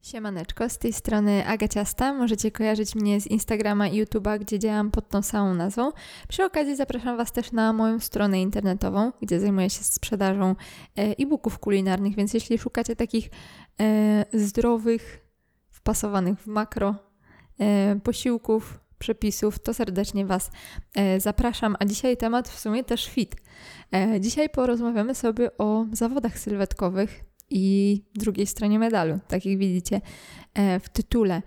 Siemaneczko, z tej strony Aga Ciasta. Możecie kojarzyć mnie z Instagrama i YouTube'a, gdzie działam pod tą samą nazwą. Przy okazji zapraszam Was też na moją stronę internetową, gdzie zajmuję się sprzedażą e-booków kulinarnych, więc jeśli szukacie takich zdrowych, wpasowanych w makro posiłków, przepisów, to serdecznie Was zapraszam. A dzisiaj temat w sumie też fit. Dzisiaj porozmawiamy sobie o zawodach sylwetkowych i drugiej stronie medalu, tak jak widzicie w tytule.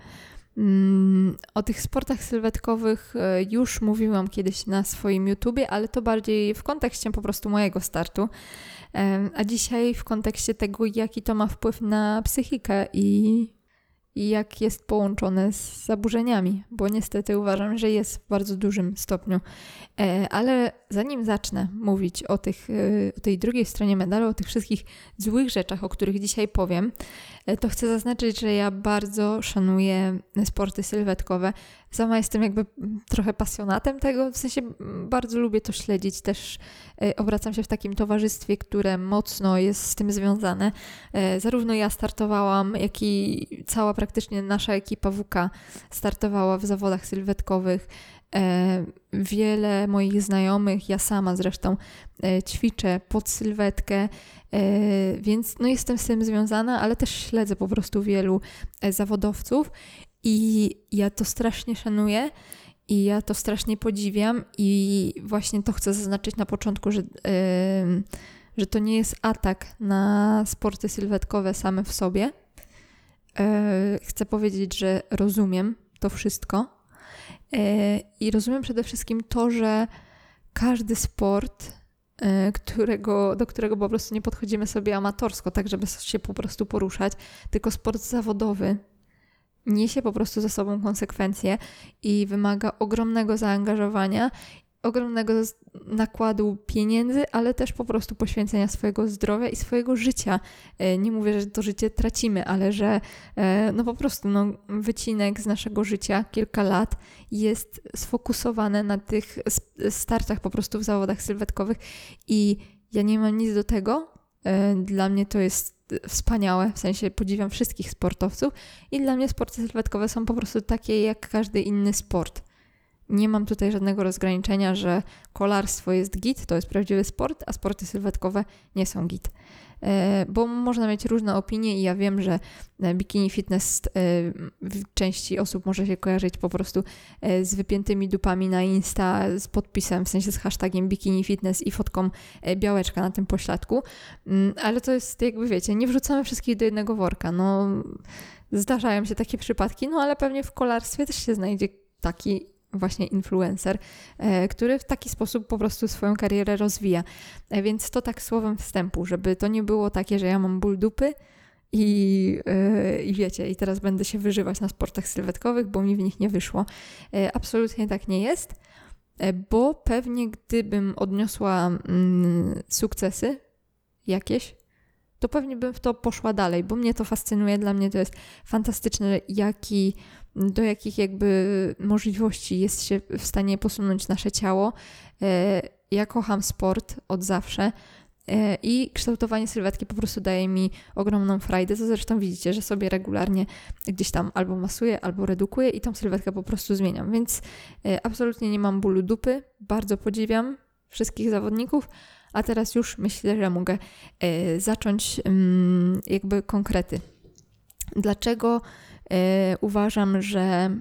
O tych sportach sylwetkowych już mówiłam kiedyś na swoim YouTubie, ale to bardziej w kontekście po prostu mojego startu. A dzisiaj w kontekście tego, jaki to ma wpływ na psychikę i jak jest połączone z zaburzeniami, bo niestety uważam, że jest w bardzo dużym stopniu. Ale zanim zacznę mówić o tej drugiej stronie medalu, o tych wszystkich złych rzeczach, o których dzisiaj powiem, to chcę zaznaczyć, że ja bardzo szanuję sporty sylwetkowe. Sama jestem jakby trochę pasjonatem tego, w sensie bardzo lubię to śledzić. Też obracam się w takim towarzystwie, które mocno jest z tym związane. Zarówno ja startowałam, jak i cała praktycznie nasza ekipa WK startowała w zawodach sylwetkowych. Wiele moich znajomych, ja sama zresztą ćwiczę pod sylwetkę, więc no jestem z tym związana, ale też śledzę po prostu wielu zawodowców i ja to strasznie szanuję i ja to strasznie podziwiam i właśnie to chcę zaznaczyć na początku, że to nie jest atak na sporty sylwetkowe same w sobie. Chcę powiedzieć, że rozumiem to wszystko. I rozumiem przede wszystkim to, że każdy sport, do którego po prostu nie podchodzimy sobie amatorsko, tak żeby się po prostu poruszać, tylko sport zawodowy niesie po prostu ze sobą konsekwencje i wymaga ogromnego zaangażowania, ogromnego nakładu pieniędzy, ale też po prostu poświęcenia swojego zdrowia i swojego życia. Nie mówię, że to życie tracimy, ale że no po prostu wycinek z naszego życia, kilka lat jest sfokusowane na tych startach po prostu w zawodach sylwetkowych i ja nie mam nic do tego. Dla mnie to jest wspaniałe, w sensie podziwiam wszystkich sportowców i dla mnie sporty sylwetkowe są po prostu takie jak każdy inny sport. Nie mam tutaj żadnego rozgraniczenia, że kolarstwo jest git, to jest prawdziwy sport, a sporty sylwetkowe nie są git. Bo można mieć różne opinie i ja wiem, że bikini fitness w części osób może się kojarzyć po prostu z wypiętymi dupami na Insta, z podpisem, w sensie z hashtagiem bikini fitness i fotką białeczka na tym pośladku. Ale to jest jakby wiecie, nie wrzucamy wszystkich do jednego worka. No, zdarzają się takie przypadki, no ale pewnie w kolarstwie też się znajdzie taki właśnie influencer, który w taki sposób po prostu swoją karierę rozwija. Więc to tak słowem wstępu, żeby to nie było takie, że ja mam ból dupy i wiecie, i teraz będę się wyżywać na sportach sylwetkowych, bo mi w nich nie wyszło. Absolutnie tak nie jest, bo pewnie gdybym odniosła sukcesy jakieś, to pewnie bym w to poszła dalej, bo mnie to fascynuje, dla mnie to jest fantastyczne, do jakich jakby możliwości jest się w stanie posunąć nasze ciało. Ja kocham sport od zawsze i kształtowanie sylwetki po prostu daje mi ogromną frajdę, co zresztą widzicie, że sobie regularnie gdzieś tam albo masuję, albo redukuję i tą sylwetkę po prostu zmieniam, więc absolutnie nie mam bólu dupy, bardzo podziwiam wszystkich zawodników, a teraz już myślę, że mogę zacząć jakby konkrety. Dlaczego uważam, że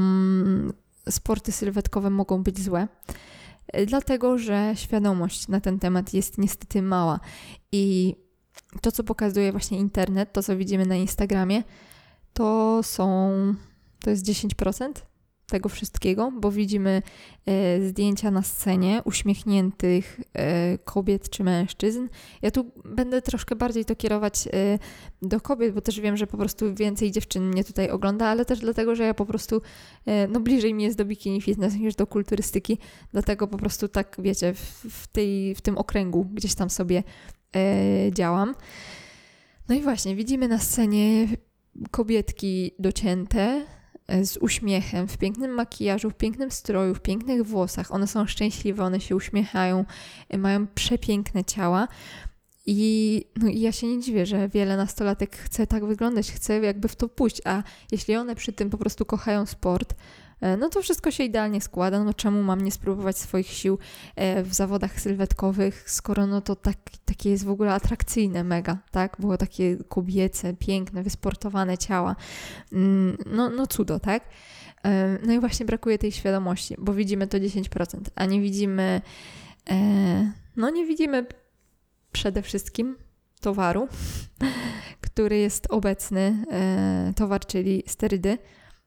sporty sylwetkowe mogą być złe? Dlatego, że świadomość na ten temat jest niestety mała i to, co pokazuje właśnie internet, to, co widzimy na Instagramie, to jest 10% tego wszystkiego, bo widzimy zdjęcia na scenie uśmiechniętych kobiet czy mężczyzn. Ja tu będę troszkę bardziej to kierować do kobiet, bo też wiem, że po prostu więcej dziewczyn mnie tutaj ogląda, ale też dlatego, że ja po prostu bliżej mi jest do bikini fitness niż do kulturystyki, dlatego po prostu tak, wiecie, w tym okręgu gdzieś tam sobie działam. No i właśnie, widzimy na scenie kobietki docięte, z uśmiechem, w pięknym makijażu, w pięknym stroju, w pięknych włosach. One są szczęśliwe, one się uśmiechają, mają przepiękne ciała I ja się nie dziwię, że wiele nastolatek chce tak wyglądać, chce jakby w to pójść, a jeśli one przy tym po prostu kochają sport, no to wszystko się idealnie składa, no czemu mam nie spróbować swoich sił w zawodach sylwetkowych, skoro no to takie jest w ogóle atrakcyjne mega, tak? Było takie kobiece, piękne, wysportowane ciała, no cudo, tak? No i właśnie brakuje tej świadomości, bo widzimy to 10%, a nie widzimy, nie widzimy przede wszystkim towaru, który jest obecny, towar, czyli sterydy.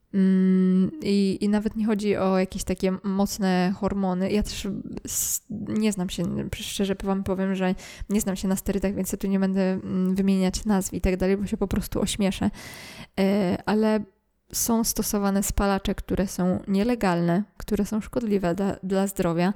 I nawet nie chodzi o jakieś takie mocne hormony. Ja też nie znam się, szczerze wam powiem, że nie znam się na sterydach, więc ja tu nie będę wymieniać nazw i tak dalej, bo się po prostu ośmieszę. Ale są stosowane spalacze, które są nielegalne, które są szkodliwe dla zdrowia.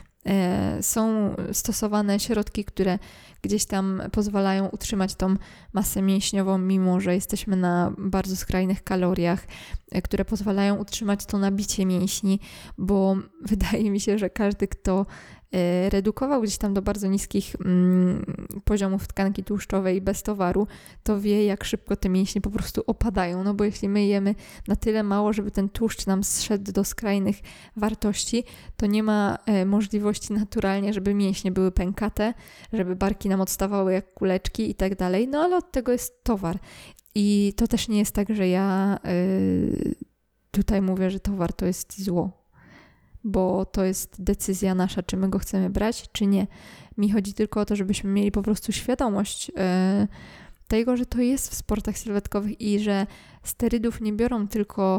Są stosowane środki, które gdzieś tam pozwalają utrzymać tą masę mięśniową, mimo że jesteśmy na bardzo skrajnych kaloriach, które pozwalają utrzymać to nabicie mięśni, bo wydaje mi się, że każdy, kto redukował gdzieś tam do bardzo niskich poziomów tkanki tłuszczowej bez towaru, to wie, jak szybko te mięśnie po prostu opadają, no bo jeśli my jemy na tyle mało, żeby ten tłuszcz nam zszedł do skrajnych wartości, to nie ma możliwości naturalnie, żeby mięśnie były pękate, żeby barki nam odstawały jak kuleczki i tak dalej, no ale od tego jest towar. I to też nie jest tak, że ja tutaj mówię, że towar to jest zło, bo to jest decyzja nasza, czy my go chcemy brać, czy nie. Mi chodzi tylko o to, żebyśmy mieli po prostu świadomość tego, że to jest w sportach sylwetkowych i że sterydów nie biorą tylko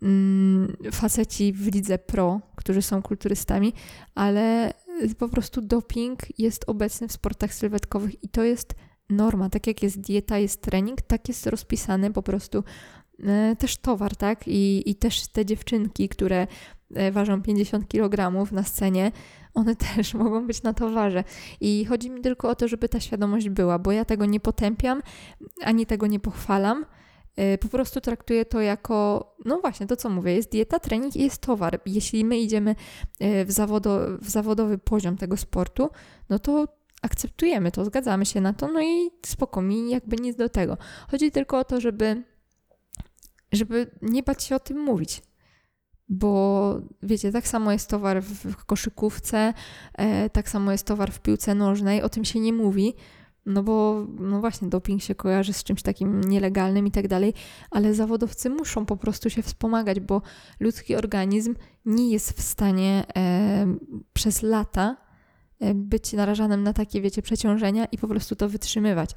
faceci w lidze pro, którzy są kulturystami, ale po prostu doping jest obecny w sportach sylwetkowych i to jest norma. Tak jak jest dieta, jest trening, tak jest rozpisany po prostu też towar, tak? I też te dziewczynki, które ważą 50 kg na scenie, one też mogą być na towarze. I chodzi mi tylko o to, żeby ta świadomość była, bo ja tego nie potępiam, ani tego nie pochwalam. Po prostu traktuję to jako, no właśnie, to co mówię, jest dieta, trening i jest towar. Jeśli my idziemy w zawodowy poziom tego sportu, no to akceptujemy to, zgadzamy się na to, no i spoko, mi jakby nic do tego. Chodzi tylko o to, żeby nie bać się o tym mówić. Bo wiecie, tak samo jest towar w koszykówce, tak samo jest towar w piłce nożnej, o tym się nie mówi, no bo no właśnie doping się kojarzy z czymś takim nielegalnym i tak dalej, ale zawodowcy muszą po prostu się wspomagać, bo ludzki organizm nie jest w stanie przez lata być narażanym na takie, wiecie, przeciążenia i po prostu to wytrzymywać.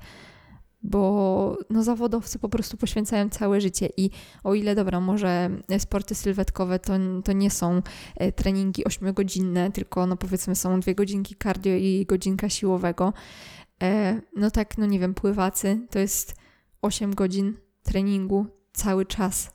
Bo no, zawodowcy po prostu poświęcają całe życie i o ile dobra, może sporty sylwetkowe to nie są treningi 8-godzinne, tylko no powiedzmy są 2 godzinki cardio i godzinka siłowego, no tak, no nie wiem, pływacy to jest 8 godzin treningu cały czas,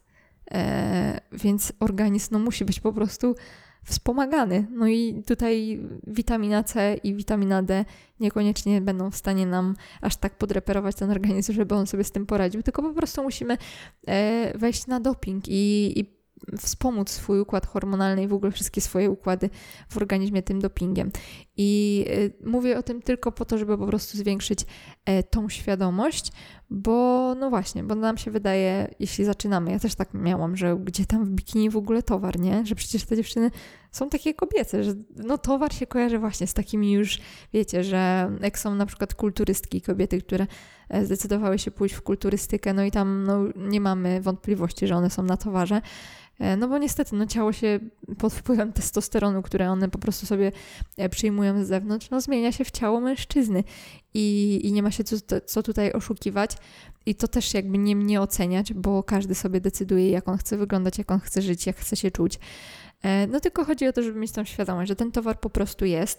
więc organizm no musi być po prostu wspomagany. No i tutaj witamina C i witamina D niekoniecznie będą w stanie nam aż tak podreperować ten organizm, żeby on sobie z tym poradził, tylko po prostu musimy wejść na doping i wspomóc swój układ hormonalny i w ogóle wszystkie swoje układy w organizmie tym dopingiem. I mówię o tym tylko po to, żeby po prostu zwiększyć tą świadomość, bo no właśnie, bo nam się wydaje, jeśli zaczynamy, ja też tak miałam, że gdzie tam w bikini w ogóle towar, nie? Że przecież te dziewczyny są takie kobiece, że no towar się kojarzy właśnie z takimi już, wiecie, że jak są na przykład kulturystki, kobiety, które zdecydowały się pójść w kulturystykę, no i tam no, nie mamy wątpliwości, że one są na towarze, no bo niestety no, ciało się pod wpływem testosteronu, które one po prostu sobie przyjmują z zewnątrz, no zmienia się w ciało mężczyzny i nie ma się co tutaj oszukiwać i to też jakby nie mnie oceniać, bo każdy sobie decyduje, jak on chce wyglądać, jak on chce żyć, jak chce się czuć. No tylko chodzi o to, żeby mieć tą świadomość, że ten towar po prostu jest.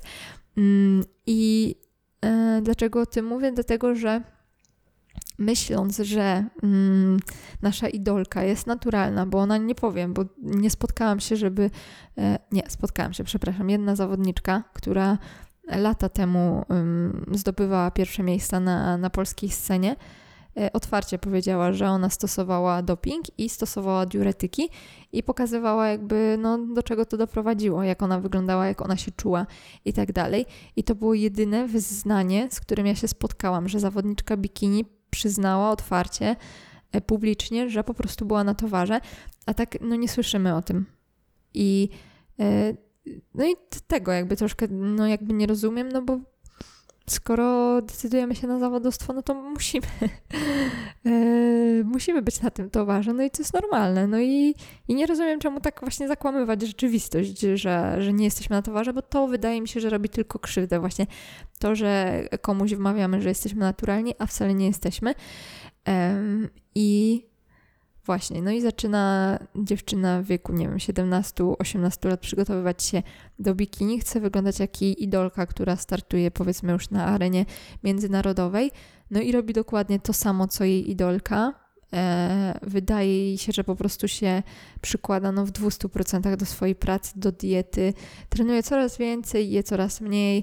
I dlaczego o tym mówię? Dlatego, że myśląc, że nasza idolka jest naturalna, bo ona, nie powiem, bo nie spotkałam się, przepraszam, jedna zawodniczka, która lata temu zdobywała pierwsze miejsca na polskiej scenie otwarcie powiedziała, że ona stosowała doping i stosowała diuretyki i pokazywała jakby do czego to doprowadziło, jak ona wyglądała, jak ona się czuła i tak dalej. I to było jedyne wyznanie, z którym ja się spotkałam, że zawodniczka bikini przyznała otwarcie, publicznie, że po prostu była na towarze, a tak nie słyszymy o tym. I i tego jakby troszkę jakby nie rozumiem, bo skoro decydujemy się na zawodowstwo, to musimy musimy być na tym towarze, i to jest normalne. I nie rozumiem, czemu tak właśnie zakłamywać rzeczywistość, że nie jesteśmy na towarze, bo to wydaje mi się, że robi tylko krzywdę. Właśnie to, że komuś wmawiamy, że jesteśmy naturalni, a wcale nie jesteśmy. I właśnie, i zaczyna dziewczyna w wieku, 17-18 lat przygotowywać się do bikini. Chce wyglądać jak jej idolka, która startuje powiedzmy już na arenie międzynarodowej. I robi dokładnie to samo, co jej idolka. Wydaje jej się, że po prostu się przykłada w 200% do swojej pracy, do diety. Trenuje coraz więcej, je coraz mniej.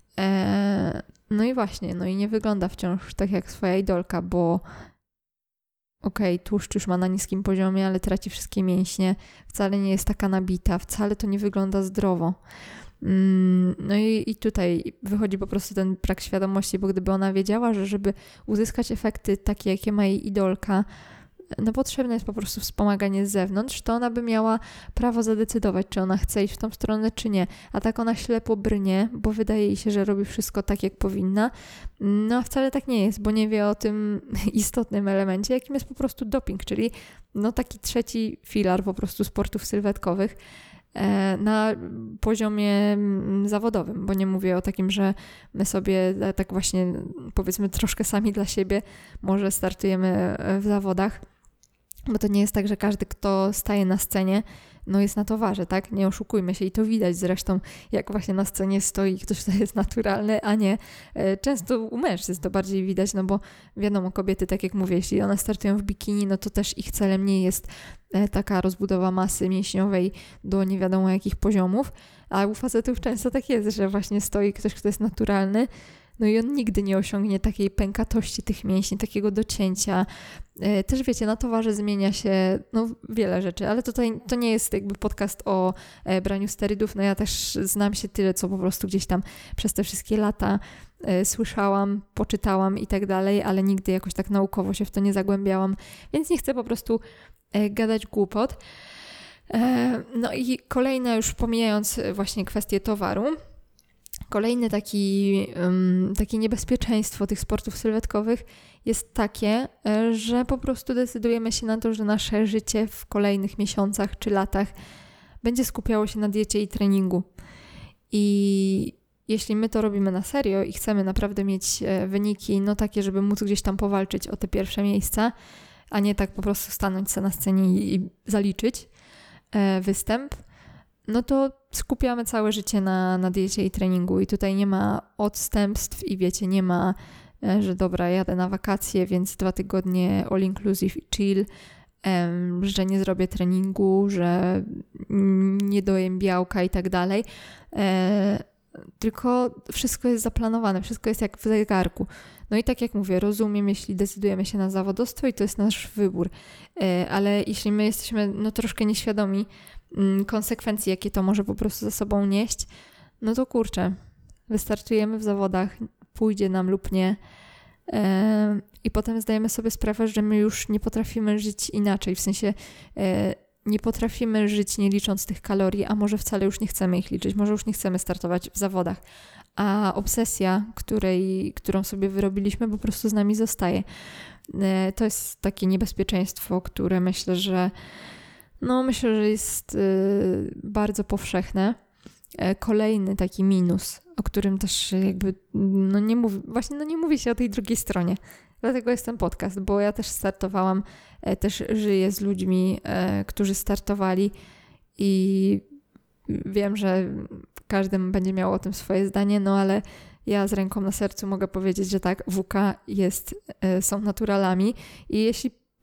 I właśnie, i nie wygląda wciąż tak jak swoja idolka, bo tłuszcz już ma na niskim poziomie, ale traci wszystkie mięśnie, wcale nie jest taka nabita, wcale to nie wygląda zdrowo. I tutaj wychodzi po prostu ten brak świadomości, bo gdyby ona wiedziała, że żeby uzyskać efekty takie, jakie ma jej idolka, potrzebne jest po prostu wspomaganie z zewnątrz, to ona by miała prawo zadecydować, czy ona chce iść w tą stronę, czy nie. A tak ona ślepo brnie, bo wydaje jej się, że robi wszystko tak, jak powinna. A wcale tak nie jest, bo nie wie o tym istotnym elemencie, jakim jest po prostu doping, czyli taki trzeci filar po prostu sportów sylwetkowych na poziomie zawodowym, bo nie mówię o takim, że my sobie tak właśnie powiedzmy troszkę sami dla siebie może startujemy w zawodach, bo to nie jest tak, że każdy, kto staje na scenie, jest na towarze, tak? Nie oszukujmy się i to widać zresztą, jak właśnie na scenie stoi ktoś, kto jest naturalny, a nie. Często u mężczyzn to bardziej widać, bo wiadomo, kobiety, tak jak mówię, jeśli one startują w bikini, to też ich celem nie jest taka rozbudowa masy mięśniowej do nie wiadomo jakich poziomów, a u facetów często tak jest, że właśnie stoi ktoś, kto jest naturalny, i on nigdy nie osiągnie takiej pękatości tych mięśni, takiego docięcia. Też wiecie, na towarze zmienia się wiele rzeczy, ale tutaj to nie jest jakby podcast o braniu sterydów. Ja też znam się tyle, co po prostu gdzieś tam przez te wszystkie lata słyszałam, poczytałam i tak dalej, ale nigdy jakoś tak naukowo się w to nie zagłębiałam, więc nie chcę po prostu gadać głupot. I kolejna, już pomijając właśnie kwestię towaru, kolejne takie niebezpieczeństwo tych sportów sylwetkowych jest takie, że po prostu decydujemy się na to, że nasze życie w kolejnych miesiącach czy latach będzie skupiało się na diecie i treningu. I jeśli my to robimy na serio i chcemy naprawdę mieć wyniki takie, żeby móc gdzieś tam powalczyć o te pierwsze miejsca, a nie tak po prostu stanąć sobie na scenie i zaliczyć występ, to skupiamy całe życie na diecie i treningu i tutaj nie ma odstępstw i wiecie, nie ma, że dobra, jadę na wakacje, więc 2 tygodnie all inclusive i chill, że nie zrobię treningu, że nie dojem białka i tak dalej. Tylko wszystko jest zaplanowane, wszystko jest jak w zegarku. I tak jak mówię, rozumiem, jeśli decydujemy się na zawodowstwo i to jest nasz wybór, ale jeśli my jesteśmy troszkę nieświadomi konsekwencji, jakie to może po prostu za sobą nieść, to kurczę, wystartujemy w zawodach, pójdzie nam lub nie i potem zdajemy sobie sprawę, że my już nie potrafimy żyć inaczej, w sensie nie potrafimy żyć nie licząc tych kalorii, a może wcale już nie chcemy ich liczyć, może już nie chcemy startować w zawodach, a obsesja, którą sobie wyrobiliśmy, po prostu z nami zostaje. To jest takie niebezpieczeństwo, które myślę, że jest bardzo powszechne. Kolejny taki minus, o którym też jakby nie mówi się o tej drugiej stronie. Dlatego jest ten podcast, bo ja też startowałam, też żyję z ludźmi, którzy startowali i wiem, że każdy będzie miał o tym swoje zdanie, ale ja z ręką na sercu mogę powiedzieć, że tak, WK są naturalami i jeśli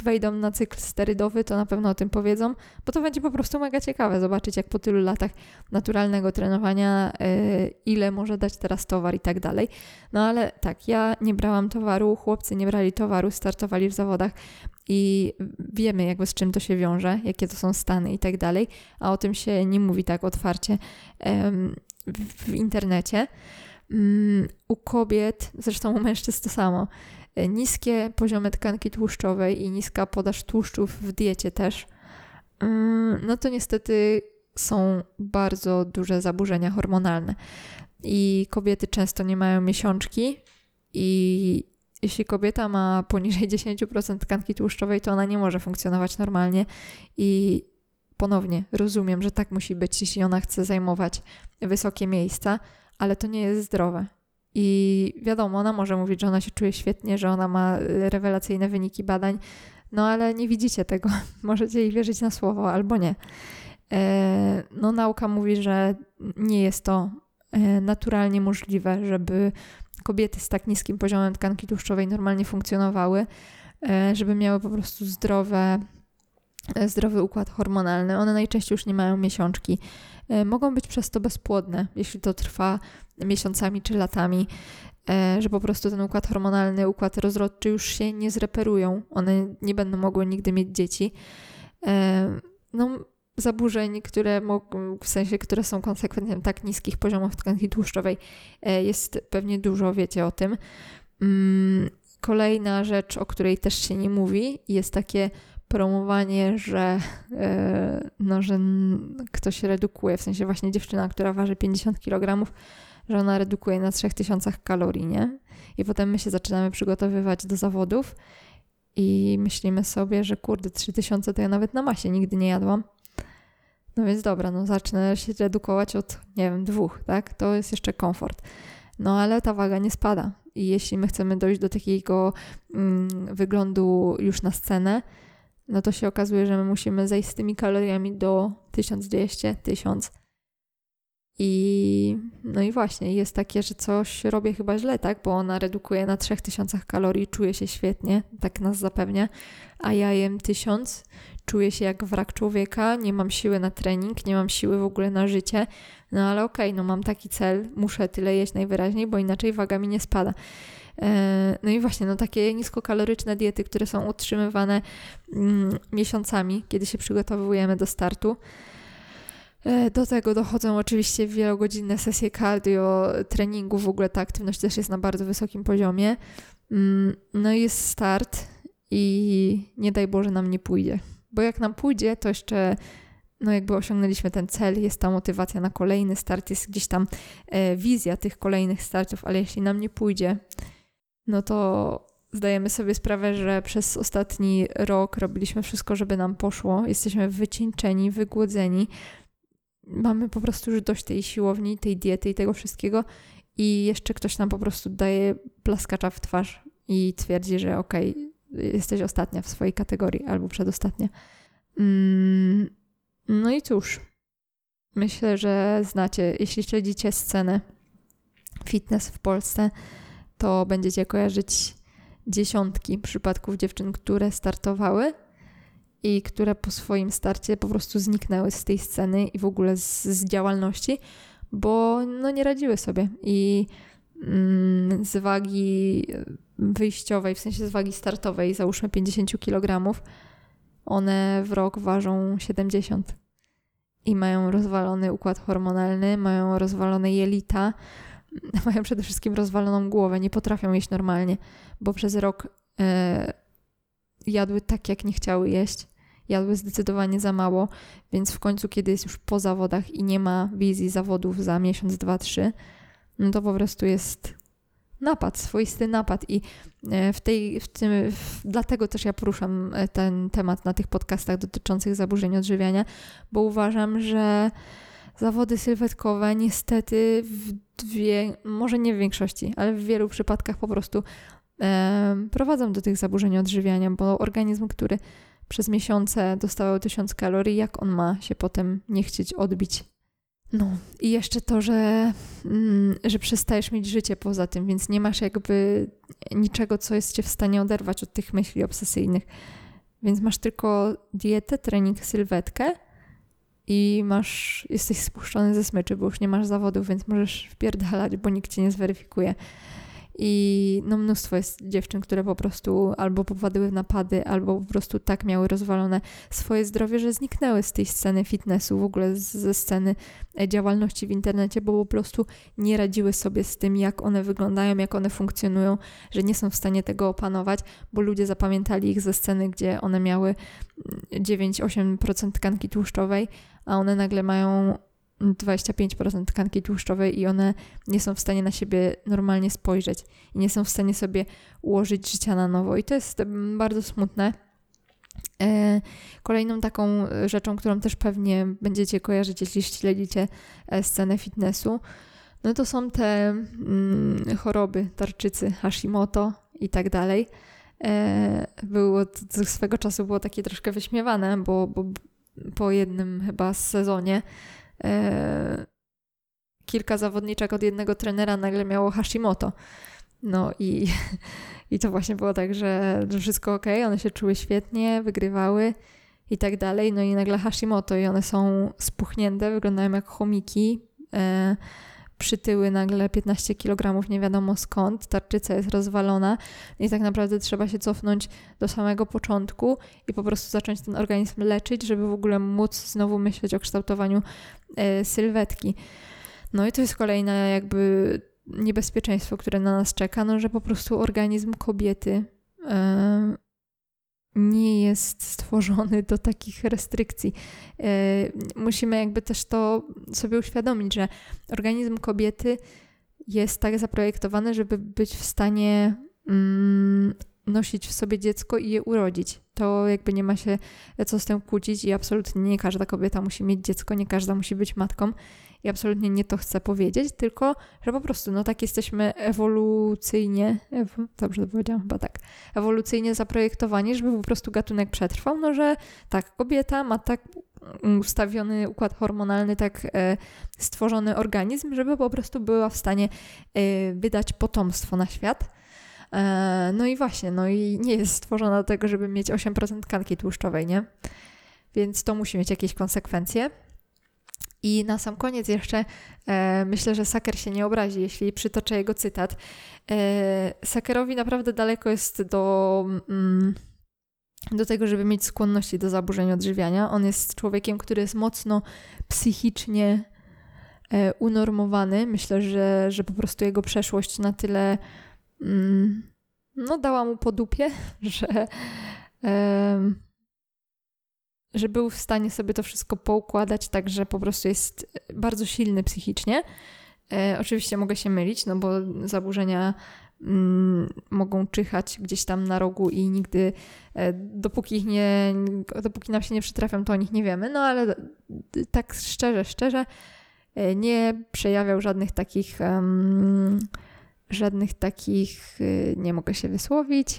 wejdą na cykl sterydowy, to na pewno o tym powiedzą, bo to będzie po prostu mega ciekawe zobaczyć, jak po tylu latach naturalnego trenowania, ile może dać teraz towar i tak dalej. No ale tak, ja nie brałam towaru, chłopcy nie brali towaru, startowali w zawodach i wiemy jakby z czym to się wiąże, jakie to są stany i tak dalej, a o tym się nie mówi tak otwarcie w internecie. U kobiet, zresztą u mężczyzn to samo, niskie poziomy tkanki tłuszczowej i niska podaż tłuszczów w diecie też, no to niestety są bardzo duże zaburzenia hormonalne i kobiety często nie mają miesiączki i jeśli kobieta ma poniżej 10% tkanki tłuszczowej, to ona nie może funkcjonować normalnie i ponownie rozumiem, że tak musi być, jeśli ona chce zajmować wysokie miejsca, ale to nie jest zdrowe. I wiadomo, ona może mówić, że ona się czuje świetnie, że ona ma rewelacyjne wyniki badań, no ale nie widzicie tego. Możecie jej wierzyć na słowo albo nie. No nauka mówi, że nie jest to naturalnie możliwe, żeby kobiety z tak niskim poziomem tkanki tłuszczowej normalnie funkcjonowały, żeby miały po prostu zdrowy układ hormonalny. One najczęściej już nie mają miesiączki. Mogą być przez to bezpłodne, jeśli to trwa miesiącami czy latami, że po prostu ten układ hormonalny, układ rozrodczy już się nie zreperują. One nie będą mogły nigdy mieć dzieci. No, zaburzeń, które są konsekwentem tak niskich poziomów tkanki tłuszczowej jest pewnie dużo, wiecie o tym. Kolejna rzecz, o której też się nie mówi, jest takie promowanie, że ktoś redukuje, w sensie właśnie dziewczyna, która waży 50 kg, że ona redukuje na 3000 kalorii, nie? I potem my się zaczynamy przygotowywać do zawodów i myślimy sobie, że kurde, 3000 to ja nawet na masie nigdy nie jadłam. No więc dobra, zacznę się redukować od, 2, tak? To jest jeszcze komfort. No ale ta waga nie spada. I jeśli my chcemy dojść do takiego wyglądu już na scenę, no to się okazuje, że my musimy zejść z tymi kaloriami do 1200, 1000. I właśnie jest takie, że coś robię chyba źle, tak? Bo ona redukuje na 3000 kalorii, czuje się świetnie, tak nas zapewnia, a ja jem 1000, czuję się jak wrak człowieka, nie mam siły na trening, nie mam siły w ogóle na życie, no ale okej, mam taki cel, muszę tyle jeść najwyraźniej, bo inaczej waga mi nie spada. No i właśnie, takie niskokaloryczne diety, które są utrzymywane miesiącami, kiedy się przygotowujemy do startu. Do tego dochodzą oczywiście wielogodzinne sesje cardio, treningu, w ogóle ta aktywność też jest na bardzo wysokim poziomie. No i jest start i nie daj Boże nam nie pójdzie. Bo jak nam pójdzie, to jeszcze jakby osiągnęliśmy ten cel, jest ta motywacja na kolejny start, jest gdzieś tam wizja tych kolejnych startów, ale jeśli nam nie pójdzie, no to zdajemy sobie sprawę, że przez ostatni rok robiliśmy wszystko, żeby nam poszło. Jesteśmy wycieńczeni, wygłodzeni. Mamy po prostu już dość tej siłowni, tej diety i tego wszystkiego i jeszcze ktoś nam po prostu daje plaskacza w twarz i twierdzi, że okej, jesteś ostatnia w swojej kategorii albo przedostatnia. No i cóż, myślę, że znacie, jeśli śledzicie scenę fitness w Polsce, to będziecie kojarzyć dziesiątki przypadków dziewczyn, które startowały i które po swoim starcie po prostu zniknęły z tej sceny i w ogóle z działalności, bo nie radziły sobie i z wagi wyjściowej, w sensie z wagi startowej, załóżmy 50 kg, one w rok ważą 70 i mają rozwalony układ hormonalny, mają rozwalone jelita, mają przede wszystkim rozwaloną głowę, nie potrafią jeść normalnie, bo przez rok jadły tak, jak nie chciały jeść, jadły zdecydowanie za mało, więc w końcu, kiedy jest już po zawodach i nie ma wizji zawodów za miesiąc, 2, 3, no to po prostu jest napad, swoisty napad i dlatego też ja poruszam ten temat na tych podcastach dotyczących zaburzeń odżywiania, bo uważam, że zawody sylwetkowe niestety może nie w większości, ale w wielu przypadkach po prostu prowadzą do tych zaburzeń odżywiania, bo organizm, który przez miesiące dostawał 1000 kalorii, jak on ma się potem nie chcieć odbić? No i jeszcze to, że przestajesz mieć życie poza tym, więc nie masz jakby niczego, co jest cię w stanie oderwać od tych myśli obsesyjnych. Więc masz tylko dietę, trening, sylwetkę i jesteś spuszczony ze smyczy, bo już nie masz zawodów, więc możesz wpierdalać, bo nikt cię nie zweryfikuje. I no mnóstwo jest dziewczyn, które po prostu albo popadły w napady, albo po prostu tak miały rozwalone swoje zdrowie, że zniknęły z tej sceny fitnessu, w ogóle ze sceny działalności w internecie, bo po prostu nie radziły sobie z tym, jak one wyglądają, jak one funkcjonują, że nie są w stanie tego opanować, bo ludzie zapamiętali ich ze sceny, gdzie one miały 9-8% tkanki tłuszczowej, a one nagle mają 25% tkanki tłuszczowej i one nie są w stanie na siebie normalnie spojrzeć i nie są w stanie sobie ułożyć życia na nowo. I to jest bardzo smutne. Kolejną taką rzeczą, którą też pewnie będziecie kojarzyć, jeśli śledzicie scenę fitnessu, no to są te choroby tarczycy, Hashimoto i tak dalej. Swego czasu było takie troszkę wyśmiewane, bo po jednym chyba sezonie kilka zawodniczek od jednego trenera nagle miało Hashimoto. No i to właśnie było tak, że wszystko okej, one się czuły świetnie, wygrywały i tak dalej. No i nagle Hashimoto i one są spuchnięte, wyglądają jak chomiki. Przytyły nagle 15 kg nie wiadomo skąd, tarczyca jest rozwalona i tak naprawdę trzeba się cofnąć do samego początku i po prostu zacząć ten organizm leczyć, żeby w ogóle móc znowu myśleć o kształtowaniu sylwetki. No i to jest kolejne jakby niebezpieczeństwo, które na nas czeka, no że po prostu organizm kobiety nie jest stworzony do takich restrykcji. Musimy jakby też to sobie uświadomić, że organizm kobiety jest tak zaprojektowany, żeby być w stanie nosić w sobie dziecko i je urodzić. To jakby nie ma się co z tym kłócić i absolutnie nie każda kobieta musi mieć dziecko, nie każda musi być matką i absolutnie nie to chcę powiedzieć, tylko że po prostu no tak jesteśmy ewolucyjnie, dobrze to powiedziałam chyba tak, ewolucyjnie zaprojektowani, żeby po prostu gatunek przetrwał, no że tak, kobieta ma tak ustawiony układ hormonalny, tak stworzony organizm, żeby po prostu była w stanie wydać potomstwo na świat. No i właśnie, no i nie jest stworzona do tego, żeby mieć 8% tkanki tłuszczowej, nie? Więc to musi mieć jakieś konsekwencje. I na sam koniec jeszcze myślę, że Saker się nie obrazi, jeśli przytoczę jego cytat. Sakerowi naprawdę daleko jest do tego, żeby mieć skłonności do zaburzeń odżywiania. On jest człowiekiem, który jest mocno psychicznie unormowany. Myślę, że po prostu jego przeszłość na tyle no dała mu po dupie, że był w stanie sobie to wszystko poukładać, tak że po prostu jest bardzo silny psychicznie. Oczywiście mogę się mylić, no bo zaburzenia mogą czyhać gdzieś tam na rogu i nigdy, dopóki nam się nie przytrafią, to o nich nie wiemy, no ale tak szczerze, nie przejawiał żadnych takich, nie mogę się wysłowić.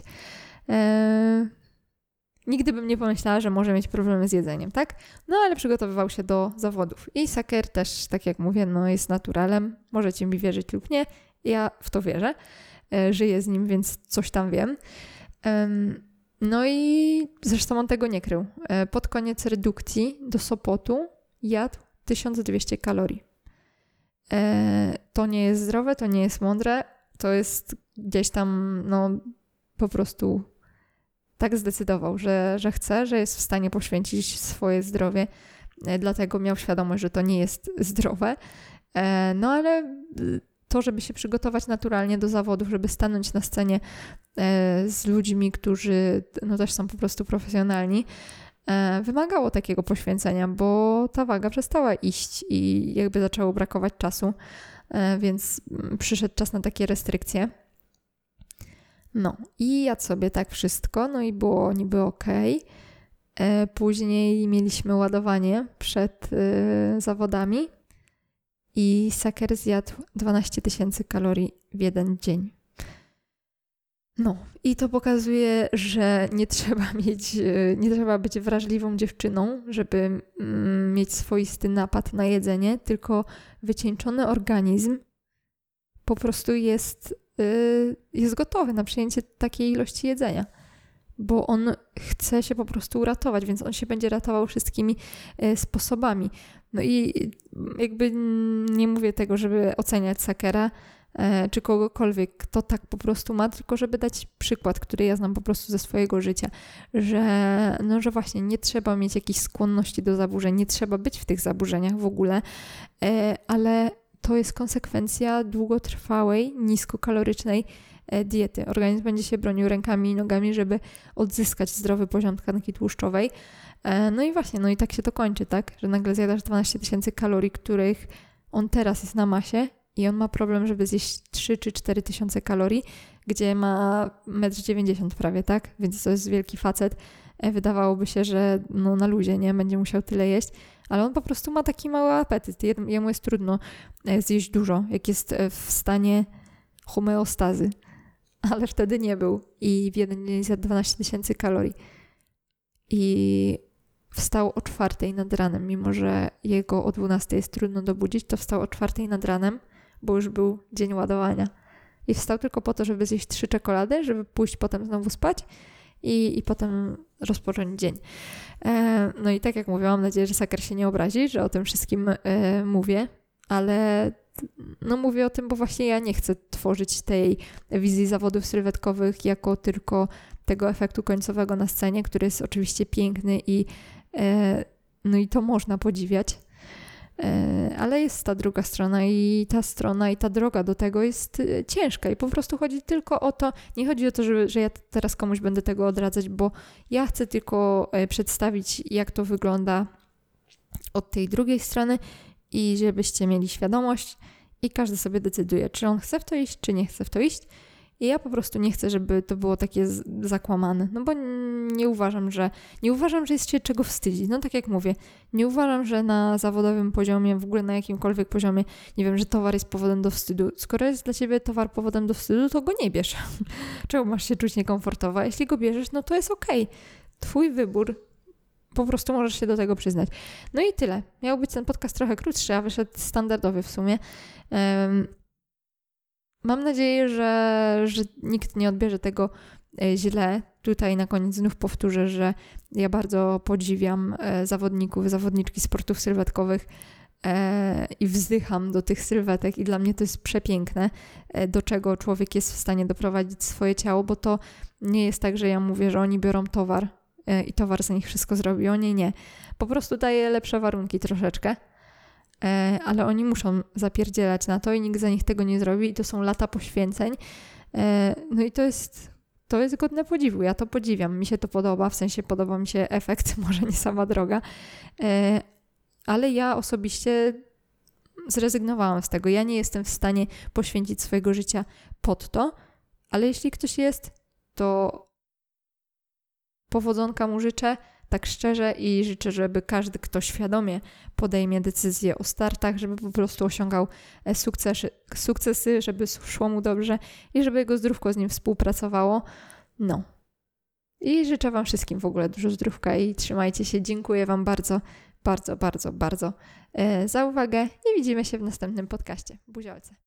Nigdy bym nie pomyślała, że może mieć problemy z jedzeniem, tak? No ale przygotowywał się do zawodów. I Saker też, tak jak mówię, no jest naturalem. Możecie mi wierzyć lub nie. Ja w to wierzę. Żyję z nim, więc coś tam wiem. No i zresztą on tego nie krył. Pod koniec redukcji do Sopotu jadł 1200 kalorii. To nie jest zdrowe, to nie jest mądre. To jest gdzieś tam, no po prostu tak zdecydował, że chce, że jest w stanie poświęcić swoje zdrowie. Dlatego miał świadomość, że to nie jest zdrowe. No ale to, żeby się przygotować naturalnie do zawodów, żeby stanąć na scenie z ludźmi, którzy no też są po prostu profesjonalni, wymagało takiego poświęcenia, bo ta waga przestała iść i jakby zaczęło brakować czasu, więc przyszedł czas na takie restrykcje. No i jadł sobie tak wszystko, no i było niby okej. Później mieliśmy ładowanie przed zawodami i Saker zjadł 12 000 kalorii w jeden dzień. No i to pokazuje, że nie trzeba być wrażliwą dziewczyną, żeby mieć swoisty napad na jedzenie, tylko wycieńczony organizm po prostu jest gotowy na przyjęcie takiej ilości jedzenia. bo on chce się po prostu uratować, więc on się będzie ratował wszystkimi sposobami. No i jakby nie mówię tego, żeby oceniać Sakera czy kogokolwiek, kto tak po prostu ma, tylko żeby dać przykład, który ja znam po prostu ze swojego życia, że właśnie nie trzeba mieć jakichś skłonności do zaburzeń, nie trzeba być w tych zaburzeniach w ogóle, ale to jest konsekwencja długotrwałej, niskokalorycznej diety. Organizm będzie się bronił rękami i nogami, żeby odzyskać zdrowy poziom tkanki tłuszczowej. No i właśnie, no i tak się to kończy, tak? Że nagle zjadasz 12 000 kalorii, których on teraz jest na masie i on ma problem, żeby zjeść 3 czy 4 tysiące kalorii, gdzie ma 1,90 m prawie, tak? Więc to jest wielki facet. Wydawałoby się, że no na luzie, nie? Będzie musiał tyle jeść, ale on po prostu ma taki mały apetyt. Jemu jest trudno zjeść dużo, jak jest w stanie homeostazy. Ale wtedy nie był i w jeden dzień zjadł 12 000 kalorii. I wstał o 4 nad ranem, mimo że jego o 12 jest trudno dobudzić, to wstał o 4 nad ranem, bo już był dzień ładowania. I wstał tylko po to, żeby zjeść 3 czekolady, żeby pójść potem znowu spać i potem rozpocząć dzień. No i tak jak mówię, mam nadzieję, że Saker się nie obrazi, że o tym wszystkim mówię, ale no mówię o tym, bo właśnie ja nie chcę tworzyć tej wizji zawodów sylwetkowych jako tylko tego efektu końcowego na scenie, który jest oczywiście piękny no i to można podziwiać, ale jest ta druga strona i ta droga do tego jest ciężka i po prostu chodzi tylko o to, nie chodzi o to, że ja teraz komuś będę tego odradzać, bo ja chcę tylko przedstawić, jak to wygląda od tej drugiej strony i żebyście mieli świadomość i każdy sobie decyduje, czy on chce w to iść, czy nie chce w to iść. I ja po prostu nie chcę, żeby to było takie zakłamane, no bo nie uważam, że jest się czego wstydzić. No tak jak mówię, nie uważam, że na zawodowym poziomie, w ogóle na jakimkolwiek poziomie, nie wiem, że towar jest powodem do wstydu. Skoro jest dla ciebie towar powodem do wstydu, to go nie bierz. Czemu masz się czuć niekomfortowo? A jeśli go bierzesz, no to jest okej. Twój wybór. Po prostu możesz się do tego przyznać. No i tyle. Miał być ten podcast trochę krótszy, a wyszedł standardowy w sumie. Mam nadzieję, że nikt nie odbierze tego źle. Tutaj na koniec znów powtórzę, że ja bardzo podziwiam zawodniczki sportów sylwetkowych i wzdycham do tych sylwetek i dla mnie to jest przepiękne, do czego człowiek jest w stanie doprowadzić swoje ciało, bo to nie jest tak, że ja mówię, że oni biorą towar i towar za nich wszystko zrobi. Oni nie. Po prostu daje lepsze warunki troszeczkę. Ale oni muszą zapierdzielać na to i nikt za nich tego nie zrobi i to są lata poświęceń. No i to jest godne podziwu. Ja to podziwiam. Mi się to podoba, w sensie podoba mi się efekt, może nie sama droga. Ale ja osobiście zrezygnowałam z tego. Ja nie jestem w stanie poświęcić swojego życia pod to, ale jeśli ktoś jest, to powodzonka mu życzę, tak szczerze i życzę, żeby każdy, kto świadomie podejmie decyzję o startach, żeby po prostu osiągał sukcesy, żeby szło mu dobrze i żeby jego zdrówko z nim współpracowało. No. I życzę wam wszystkim w ogóle dużo zdrówka i trzymajcie się. Dziękuję wam bardzo, bardzo, bardzo, bardzo za uwagę i widzimy się w następnym podcaście. Buziolce.